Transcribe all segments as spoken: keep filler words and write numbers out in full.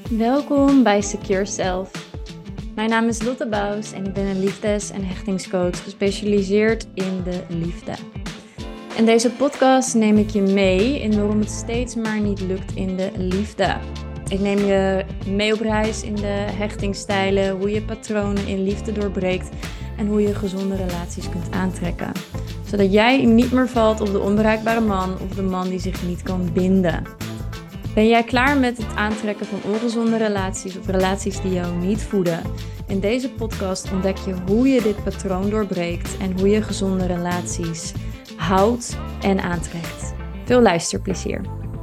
Welkom bij Secure Self. Mijn naam is Lotte Bous en ik ben een liefdes- en hechtingscoach gespecialiseerd in de liefde. In deze podcast neem ik je mee in waarom het steeds maar niet lukt in de liefde. Ik neem je mee op reis in de hechtingsstijlen, hoe je patronen in liefde doorbreekt en hoe je gezonde relaties kunt aantrekken. Zodat jij niet meer valt op de onbereikbare man of de man die zich niet kan binden. Ben jij klaar met het aantrekken van ongezonde relaties of relaties die jou niet voeden? In deze podcast ontdek je hoe je dit patroon doorbreekt en hoe je gezonde relaties houdt en aantrekt. Veel luisterplezier.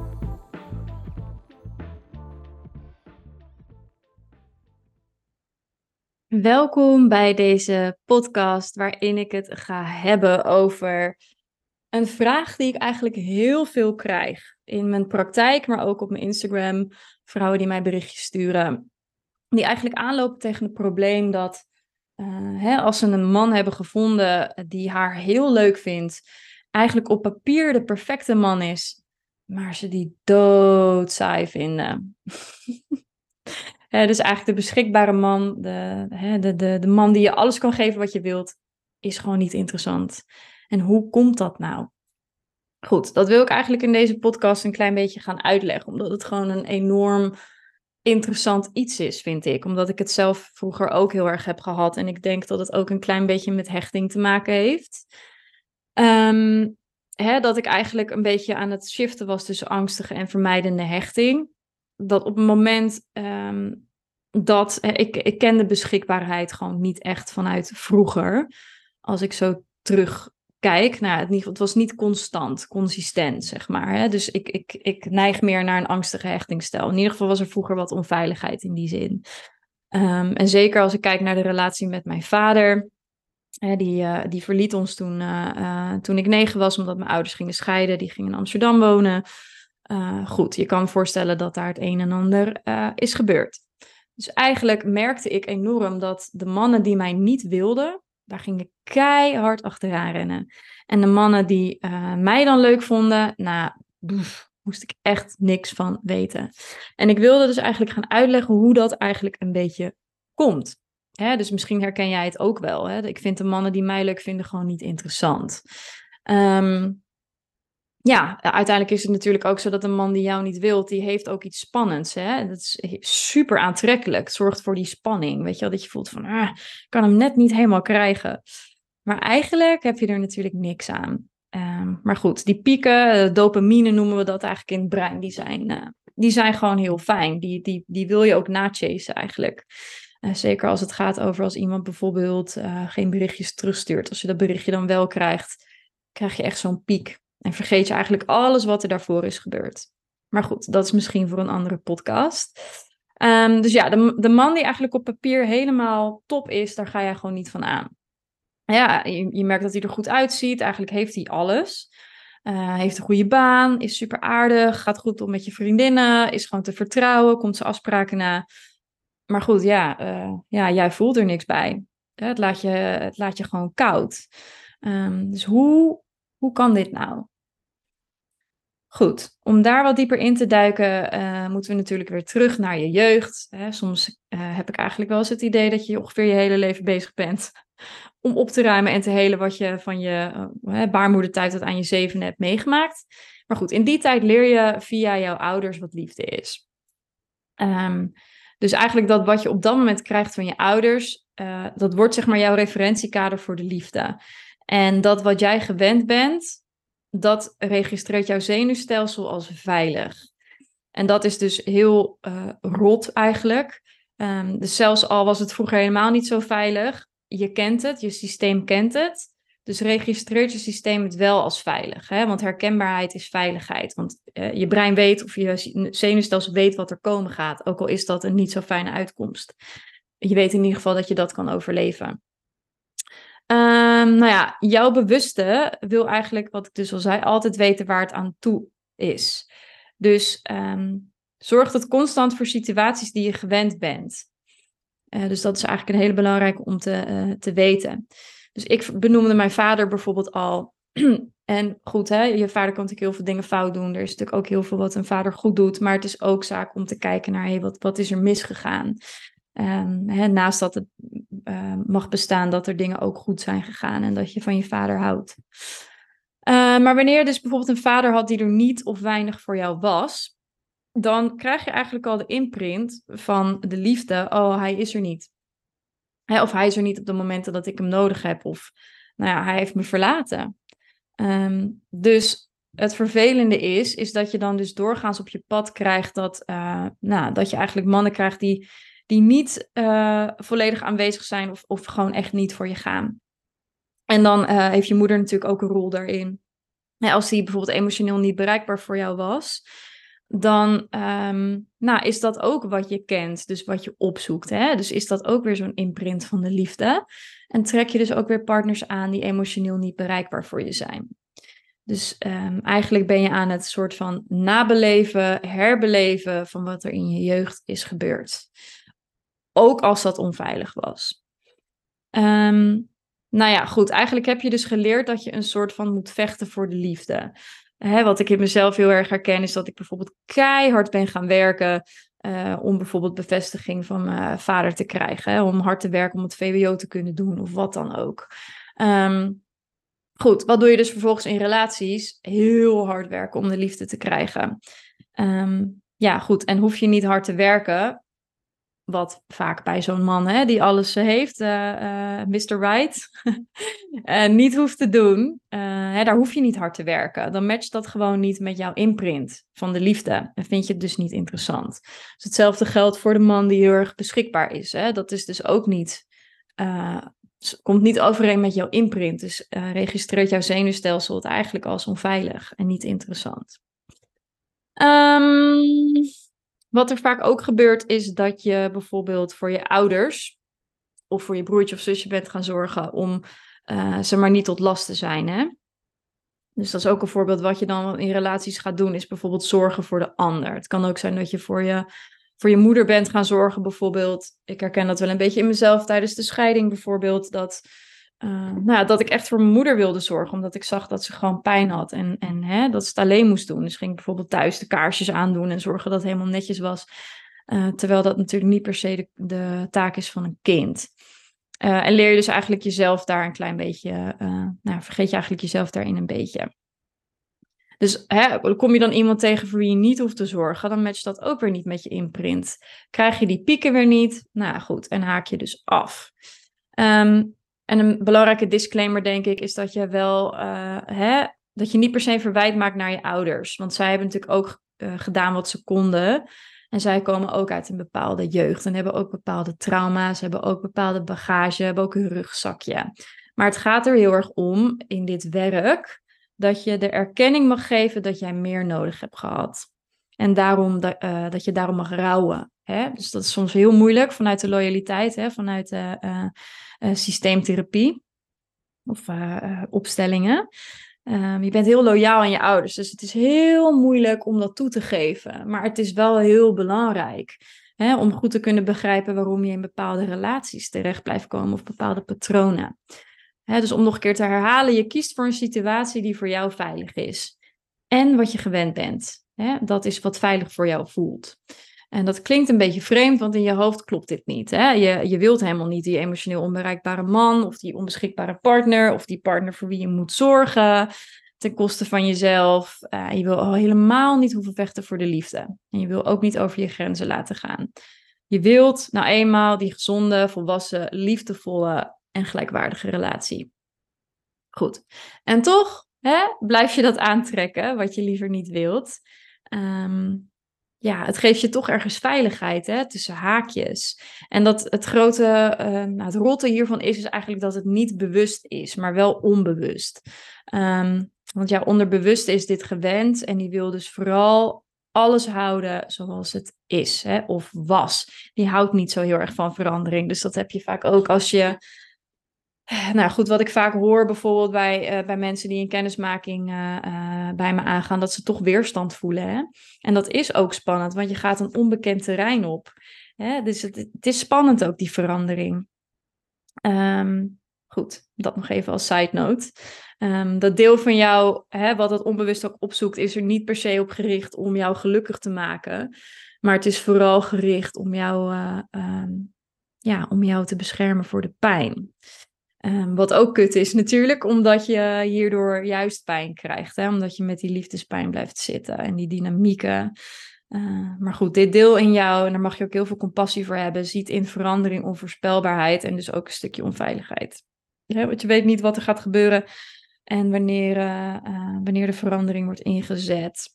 Welkom bij deze podcast waarin ik het ga hebben over een vraag die ik eigenlijk heel veel krijg in mijn praktijk, maar ook op mijn Instagram. Vrouwen die mij berichtjes sturen, die eigenlijk aanlopen tegen het probleem dat uh, hè, als ze een man hebben gevonden die haar heel leuk vindt, eigenlijk op papier de perfecte man is, maar ze die doodsaai vinden. Hè, dus eigenlijk de beschikbare man, de, hè, de, de, de man die je alles kan geven wat je wilt, is gewoon niet interessant. En hoe komt dat nou? Goed, dat wil ik eigenlijk in deze podcast een klein beetje gaan uitleggen, omdat het gewoon een enorm interessant iets is, vind ik. Omdat ik het zelf vroeger ook heel erg heb gehad en ik denk dat het ook een klein beetje met hechting te maken heeft. Um, hè, dat ik eigenlijk een beetje aan het shiften was tussen angstige en vermijdende hechting. Dat op het moment um, dat... Hè, ik, ik ken de beschikbaarheid gewoon niet echt vanuit vroeger. Als ik zo terug... Kijk, nou, het, het was niet constant, consistent, zeg maar. Hè? Dus ik, ik, ik neig meer naar een angstige hechtingsstijl. In ieder geval was er vroeger wat onveiligheid in die zin. Um, en zeker als ik kijk naar de relatie met mijn vader. Hè, die, uh, die verliet ons toen, uh, uh, toen ik negen was, omdat mijn ouders gingen scheiden. Die gingen in Amsterdam wonen. Uh, goed, je kan voorstellen dat daar het een en ander uh, is gebeurd. Dus eigenlijk merkte ik enorm dat de mannen die mij niet wilden, daar ging ik keihard achteraan rennen. En de mannen die uh, mij dan leuk vonden, nou, boef, moest ik echt niks van weten. En ik wilde dus eigenlijk gaan uitleggen hoe dat eigenlijk een beetje komt. Hè, dus misschien herken jij het ook wel. Hè? Ik vind de mannen die mij leuk vinden gewoon niet interessant. Um, ja, uiteindelijk is het natuurlijk ook zo dat een man die jou niet wilt, die heeft ook iets spannends. Hè? Dat is super aantrekkelijk. Het zorgt voor die spanning. Weet je wel, dat je voelt van, ah, ik kan hem net niet helemaal krijgen. Maar eigenlijk heb je er natuurlijk niks aan. Um, maar goed, die pieken, dopamine noemen we dat eigenlijk in het brein, die zijn, uh, die zijn gewoon heel fijn. Die, die, die wil je ook nachasen eigenlijk. Uh, zeker als het gaat over als iemand bijvoorbeeld uh, geen berichtjes terugstuurt. Als je dat berichtje dan wel krijgt, krijg je echt zo'n piek. En vergeet je eigenlijk alles wat er daarvoor is gebeurd. Maar goed, dat is misschien voor een andere podcast. Um, dus ja, de, de man die eigenlijk op papier helemaal top is, daar ga jij gewoon niet van aan. Ja, je, je merkt dat hij er goed uitziet. Eigenlijk heeft hij alles. Uh, heeft een goede baan, is super aardig, gaat goed om met je vriendinnen, is gewoon te vertrouwen, komt zijn afspraken na. Maar goed, ja, uh, ja, jij voelt er niks bij. Het laat je, het laat je gewoon koud. Um, dus hoe, hoe kan dit nou? Goed, om daar wat dieper in te duiken, uh, moeten we natuurlijk weer terug naar je jeugd. Hè, soms uh, heb ik eigenlijk wel eens het idee dat je ongeveer je hele leven bezig bent om op te ruimen en te helen wat je van je uh, baarmoedertijd tot aan je zevende hebt meegemaakt. Maar goed, in die tijd leer je via jouw ouders wat liefde is. Um, dus eigenlijk dat wat je op dat moment krijgt van je ouders, uh, dat wordt zeg maar jouw referentiekader voor de liefde. En dat wat jij gewend bent, dat registreert jouw zenuwstelsel als veilig. En dat is dus heel uh, rot eigenlijk. Um, dus zelfs al was het vroeger helemaal niet zo veilig, je kent het, je systeem kent het. Dus registreert je systeem het wel als veilig. Hè? Want herkenbaarheid is veiligheid. Want uh, je brein weet of je zenuwstelsel weet wat er komen gaat. Ook al is dat een niet zo fijne uitkomst. Je weet in ieder geval dat je dat kan overleven. Um, nou ja, jouw bewuste wil eigenlijk, wat ik dus al zei, altijd weten waar het aan toe is. Dus um, zorg het constant voor situaties die je gewend bent. Uh, dus dat is eigenlijk een hele belangrijke om te, uh, te weten. Dus ik benoemde mijn vader bijvoorbeeld al. En goed, hè, je vader kan natuurlijk heel veel dingen fout doen. Er is natuurlijk ook heel veel wat een vader goed doet. Maar het is ook zaak om te kijken naar, hey, wat, wat is er misgegaan? Um, hè, naast dat het uh, mag bestaan dat er dingen ook goed zijn gegaan en dat je van je vader houdt. Uh, maar wanneer je dus bijvoorbeeld een vader had die er niet of weinig voor jou was, dan krijg je eigenlijk al de imprint van de liefde. Oh, hij is er niet. Hè, of hij is er niet op de momenten dat ik hem nodig heb. Of nou ja, hij heeft me verlaten. Um, dus het vervelende is, is dat je dan dus doorgaans op je pad krijgt dat, uh, nou, dat je eigenlijk mannen krijgt die, die niet uh, volledig aanwezig zijn of, of gewoon echt niet voor je gaan. En dan uh, heeft je moeder natuurlijk ook een rol daarin. Ja, als die bijvoorbeeld emotioneel niet bereikbaar voor jou was, dan um, nou, is dat ook wat je kent, dus wat je opzoekt. Hè? Dus is dat ook weer zo'n imprint van de liefde. En trek je dus ook weer partners aan die emotioneel niet bereikbaar voor je zijn. Dus um, eigenlijk ben je aan het soort van nabeleven, herbeleven van wat er in je jeugd is gebeurd. Ook als dat onveilig was. Um, nou ja, goed. Eigenlijk heb je dus geleerd dat je een soort van moet vechten voor de liefde. Hè, wat ik in mezelf heel erg herken is dat ik bijvoorbeeld keihard ben gaan werken uh, om bijvoorbeeld bevestiging van mijn vader te krijgen. Hè, om hard te werken om het V W O te kunnen doen of wat dan ook. Um, Goed, wat doe je dus vervolgens in relaties? Heel hard werken om de liefde te krijgen. Um, ja, goed. En hoef je niet hard te werken, wat vaak bij zo'n man hè, die alles heeft, uh, uh, mister Right, uh, niet hoeft te doen. Uh, hè, daar hoef je niet hard te werken. Dan matcht dat gewoon niet met jouw imprint van de liefde. En vind je het dus niet interessant. Dus hetzelfde geldt voor de man die heel erg beschikbaar is. Hè. Dat is dus ook niet... Uh, komt niet overeen met jouw imprint. Dus uh, registreert jouw zenuwstelsel het eigenlijk als onveilig en niet interessant. Um, wat er vaak ook gebeurt is dat je bijvoorbeeld voor je ouders of voor je broertje of zusje bent gaan zorgen om uh, ze maar niet tot last te zijn. Hè? Dus dat is ook een voorbeeld wat je dan in relaties gaat doen, is bijvoorbeeld zorgen voor de ander. Het kan ook zijn dat je voor je voor je moeder bent gaan zorgen bijvoorbeeld. Ik herken dat wel een beetje in mezelf tijdens de scheiding bijvoorbeeld. Dat, uh, nou ja, dat ik echt voor mijn moeder wilde zorgen. Omdat ik zag dat ze gewoon pijn had. En, en hè, dat ze het alleen moest doen. Dus ging ik bijvoorbeeld thuis de kaarsjes aandoen. En zorgen dat het helemaal netjes was. Uh, terwijl dat natuurlijk niet per se de, de taak is van een kind. Uh, en leer je dus eigenlijk jezelf daar een klein beetje. Uh, nou, vergeet je eigenlijk jezelf daarin een beetje. Dus hè, kom je dan iemand tegen voor wie je niet hoeft te zorgen, dan matcht dat ook weer niet met je imprint. Krijg je die pieken weer niet? Nou goed, en haak je dus af. Um, en een belangrijke disclaimer, denk ik, is dat je wel, uh, hè, dat je niet per se een verwijt maakt naar je ouders. Want zij hebben natuurlijk ook uh, gedaan wat ze konden. En zij komen ook uit een bepaalde jeugd en hebben ook bepaalde trauma's, hebben ook bepaalde bagage, hebben ook een rugzakje. Maar het gaat er heel erg om in dit werk dat je de erkenning mag geven dat jij meer nodig hebt gehad. En daarom dat, uh, dat je daarom mag rouwen. Hè? Dus dat is soms heel moeilijk vanuit de loyaliteit, hè? Vanuit de uh, uh, systeemtherapie of uh, uh, opstellingen. Um, je bent heel loyaal aan je ouders, dus het is heel moeilijk om dat toe te geven. Maar het is wel heel belangrijk, hè? Om goed te kunnen begrijpen waarom je in bepaalde relaties terecht blijft komen of bepaalde patronen. He, dus om nog een keer te herhalen, je kiest voor een situatie die voor jou veilig is. En wat je gewend bent. He, dat is wat veilig voor jou voelt. En dat klinkt een beetje vreemd, want in je hoofd klopt dit niet. Hè? Je, je wilt helemaal niet die emotioneel onbereikbare man, of die onbeschikbare partner, of die partner voor wie je moet zorgen, ten koste van jezelf. Uh, je wil al helemaal niet hoeven vechten voor de liefde. En je wil ook niet over je grenzen laten gaan. Je wilt nou eenmaal die gezonde, volwassen, liefdevolle en gelijkwaardige relatie. Goed. En toch hè, blijf je dat aantrekken, wat je liever niet wilt. Um, ja, het geeft je toch ergens veiligheid, hè, tussen haakjes. En dat het grote, uh, nou, het rotte hiervan is, is eigenlijk dat het niet bewust is, maar wel onbewust. Um, want ja, onderbewust is dit gewend en die wil dus vooral alles houden zoals het is, hè, of was. Die houdt niet zo heel erg van verandering. Dus dat heb je vaak ook als je... Nou goed, wat ik vaak hoor bijvoorbeeld bij, uh, bij mensen die een kennismaking uh, uh, bij me aangaan, dat ze toch weerstand voelen. Hè? En dat is ook spannend, want je gaat een onbekend terrein op. Hè? Dus het, het is spannend ook, die verandering. Um, Goed, dat nog even als side note. Um, dat deel van jou, hè, wat het onbewust ook opzoekt, is er niet per se op gericht om jou gelukkig te maken. Maar het is vooral gericht om jou, uh, um, ja, om jou te beschermen voor de pijn. Um, wat ook kut is natuurlijk, omdat je hierdoor juist pijn krijgt. Hè? Omdat je met die liefdespijn blijft zitten en die dynamieken. Uh, maar goed, dit deel in jou, en daar mag je ook heel veel compassie voor hebben, ziet in verandering onvoorspelbaarheid en dus ook een stukje onveiligheid. Ja, want je weet niet wat er gaat gebeuren en wanneer, uh, uh, wanneer de verandering wordt ingezet.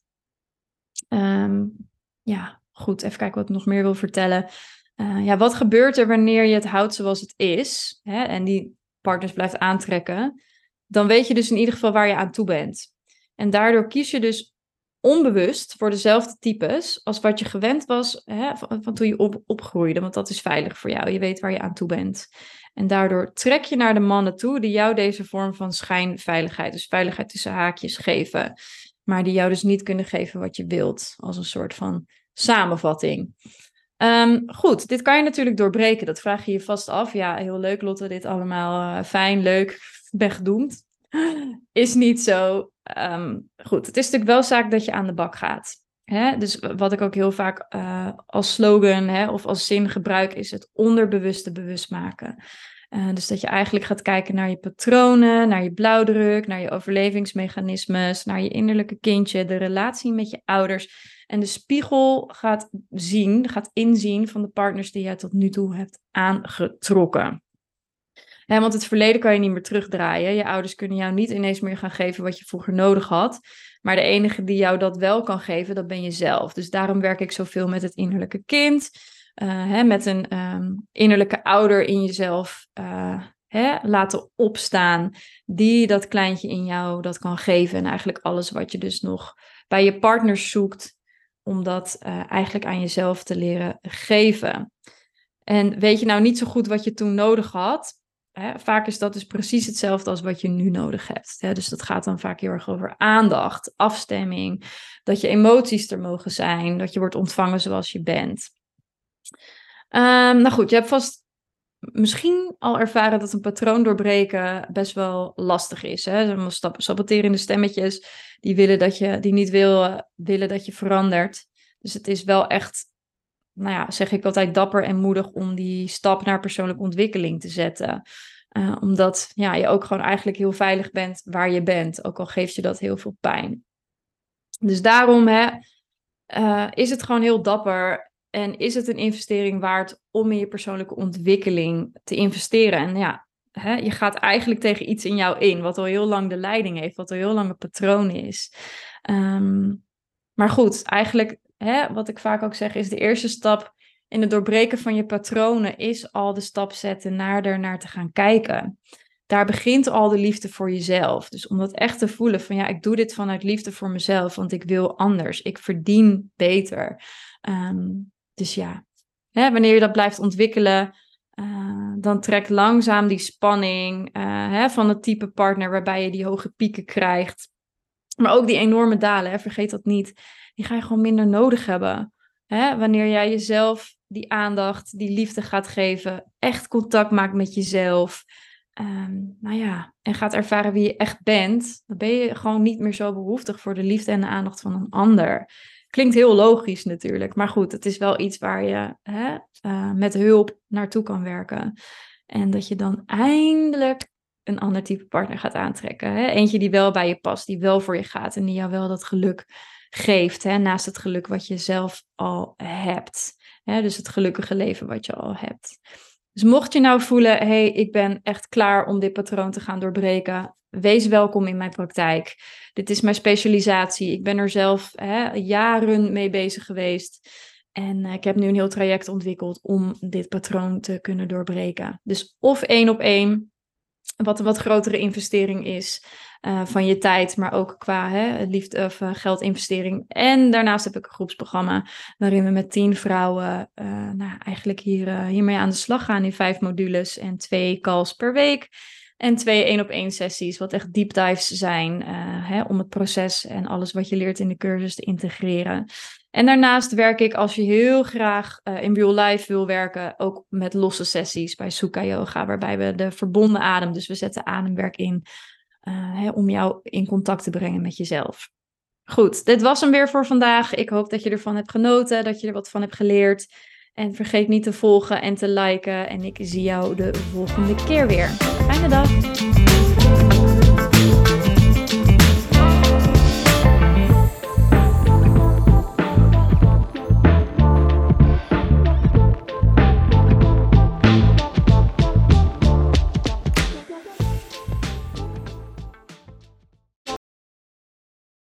Um, ja, goed, even kijken wat ik nog meer wil vertellen. Uh, ja, wat gebeurt er wanneer je het houdt zoals het is, hè, en die partners blijft aantrekken? Dan weet je dus in ieder geval waar je aan toe bent. En daardoor kies je dus onbewust voor dezelfde types als wat je gewend was, hè, van, van toen je op, opgroeide. Want dat is veilig voor jou. Je weet waar je aan toe bent. En daardoor trek je naar de mannen toe die jou deze vorm van schijnveiligheid, dus veiligheid tussen haakjes, geven. Maar die jou dus niet kunnen geven wat je wilt. Als een soort van samenvatting. Um, goed, dit kan je natuurlijk doorbreken. Dat vraag je je vast af. Ja, heel leuk Lotte, dit allemaal uh, fijn, leuk, ben gedoemd. Is niet zo. Um, goed, het is natuurlijk wel zaak dat je aan de bak gaat. Hè? Dus wat ik ook heel vaak uh, als slogan, hè, of als zin gebruik, is het onderbewuste bewust maken. Uh, dus dat je eigenlijk gaat kijken naar je patronen, naar je blauwdruk, naar je overlevingsmechanismes, naar je innerlijke kindje, de relatie met je ouders. En de spiegel gaat zien, gaat inzien van de partners die jij tot nu toe hebt aangetrokken. Ja, want het verleden kan je niet meer terugdraaien. Je ouders kunnen jou niet ineens meer gaan geven wat je vroeger nodig had. Maar de enige die jou dat wel kan geven, dat ben je zelf. Dus daarom werk ik zoveel met het innerlijke kind. Uh, hè, met een um, innerlijke ouder in jezelf uh, hè, laten opstaan. Die dat kleintje in jou dat kan geven. En eigenlijk alles wat je dus nog bij je partners zoekt. Om dat uh, eigenlijk aan jezelf te leren geven. En weet je nou niet zo goed wat je toen nodig had? Hè, vaak is dat dus precies hetzelfde als wat je nu nodig hebt. Hè? Dus dat gaat dan vaak heel erg over aandacht, afstemming, dat je emoties er mogen zijn, dat je wordt ontvangen zoals je bent. Um, nou goed, je hebt vast misschien al ervaren dat een patroon doorbreken best wel lastig is. Hè? Saboterende stemmetjes die, willen dat je, die niet wil, willen dat je verandert. Dus het is wel echt, nou ja, zeg ik altijd, dapper en moedig om die stap naar persoonlijke ontwikkeling te zetten. Uh, omdat ja, je ook gewoon eigenlijk heel veilig bent waar je bent. Ook al geeft je dat heel veel pijn. Dus daarom hè, uh, is het gewoon heel dapper. En is het een investering waard om in je persoonlijke ontwikkeling te investeren? En ja, hè, je gaat eigenlijk tegen iets in jou in. Wat al heel lang de leiding heeft. Wat al heel lang een patroon is. Um, maar goed, eigenlijk, hè, wat ik vaak ook zeg, is de eerste stap in het doorbreken van je patronen is al de stap zetten naar er naar te gaan kijken. Daar begint al de liefde voor jezelf. Dus om dat echt te voelen van ja, ik doe dit vanuit liefde voor mezelf, want ik wil anders. Ik verdien beter. Um, dus ja, hè, wanneer je dat blijft ontwikkelen, uh, dan trek langzaam die spanning uh, hè, van het type partner waarbij je die hoge pieken krijgt. Maar ook die enorme dalen, hè, vergeet dat niet. Die ga je gewoon minder nodig hebben. Hè? Wanneer jij jezelf die aandacht, die liefde gaat geven, echt contact maakt met jezelf. Um, nou ja, en gaat ervaren wie je echt bent, dan ben je gewoon niet meer zo behoeftig voor de liefde en de aandacht van een ander. Klinkt heel logisch natuurlijk, maar goed, het is wel iets waar je hè, uh, met hulp naartoe kan werken. En dat je dan eindelijk een ander type partner gaat aantrekken. Hè? Eentje die wel bij je past, die wel voor je gaat en die jou wel dat geluk geeft. Hè? Naast het geluk wat je zelf al hebt. Hè? Dus het gelukkige leven wat je al hebt. Dus mocht je nou voelen, hé, hey, ik ben echt klaar om dit patroon te gaan doorbreken. Wees welkom in mijn praktijk. Dit is mijn specialisatie. Ik ben er zelf hè, jaren mee bezig geweest. En uh, ik heb nu een heel traject ontwikkeld om dit patroon te kunnen doorbreken. Dus of één op één, wat een wat grotere investering is uh, van je tijd, maar ook qua hè, liefde of uh, geldinvestering. En daarnaast heb ik een groepsprogramma waarin we met tien vrouwen uh, nou, eigenlijk hier, uh, hiermee aan de slag gaan in vijf modules en twee calls per week. En twee één-op-één sessies, wat echt deep dives zijn uh, hè, om het proces en alles wat je leert in de cursus te integreren. En daarnaast werk ik, als je heel graag uh, in real life wil werken, ook met losse sessies bij Sukha Yoga, waarbij we de verbonden adem, dus we zetten ademwerk in uh, hè, om jou in contact te brengen met jezelf. Goed, dit was hem weer voor vandaag. Ik hoop dat je ervan hebt genoten, dat je er wat van hebt geleerd. En vergeet niet te volgen en te liken. En ik zie jou de volgende keer weer. Fijne dag!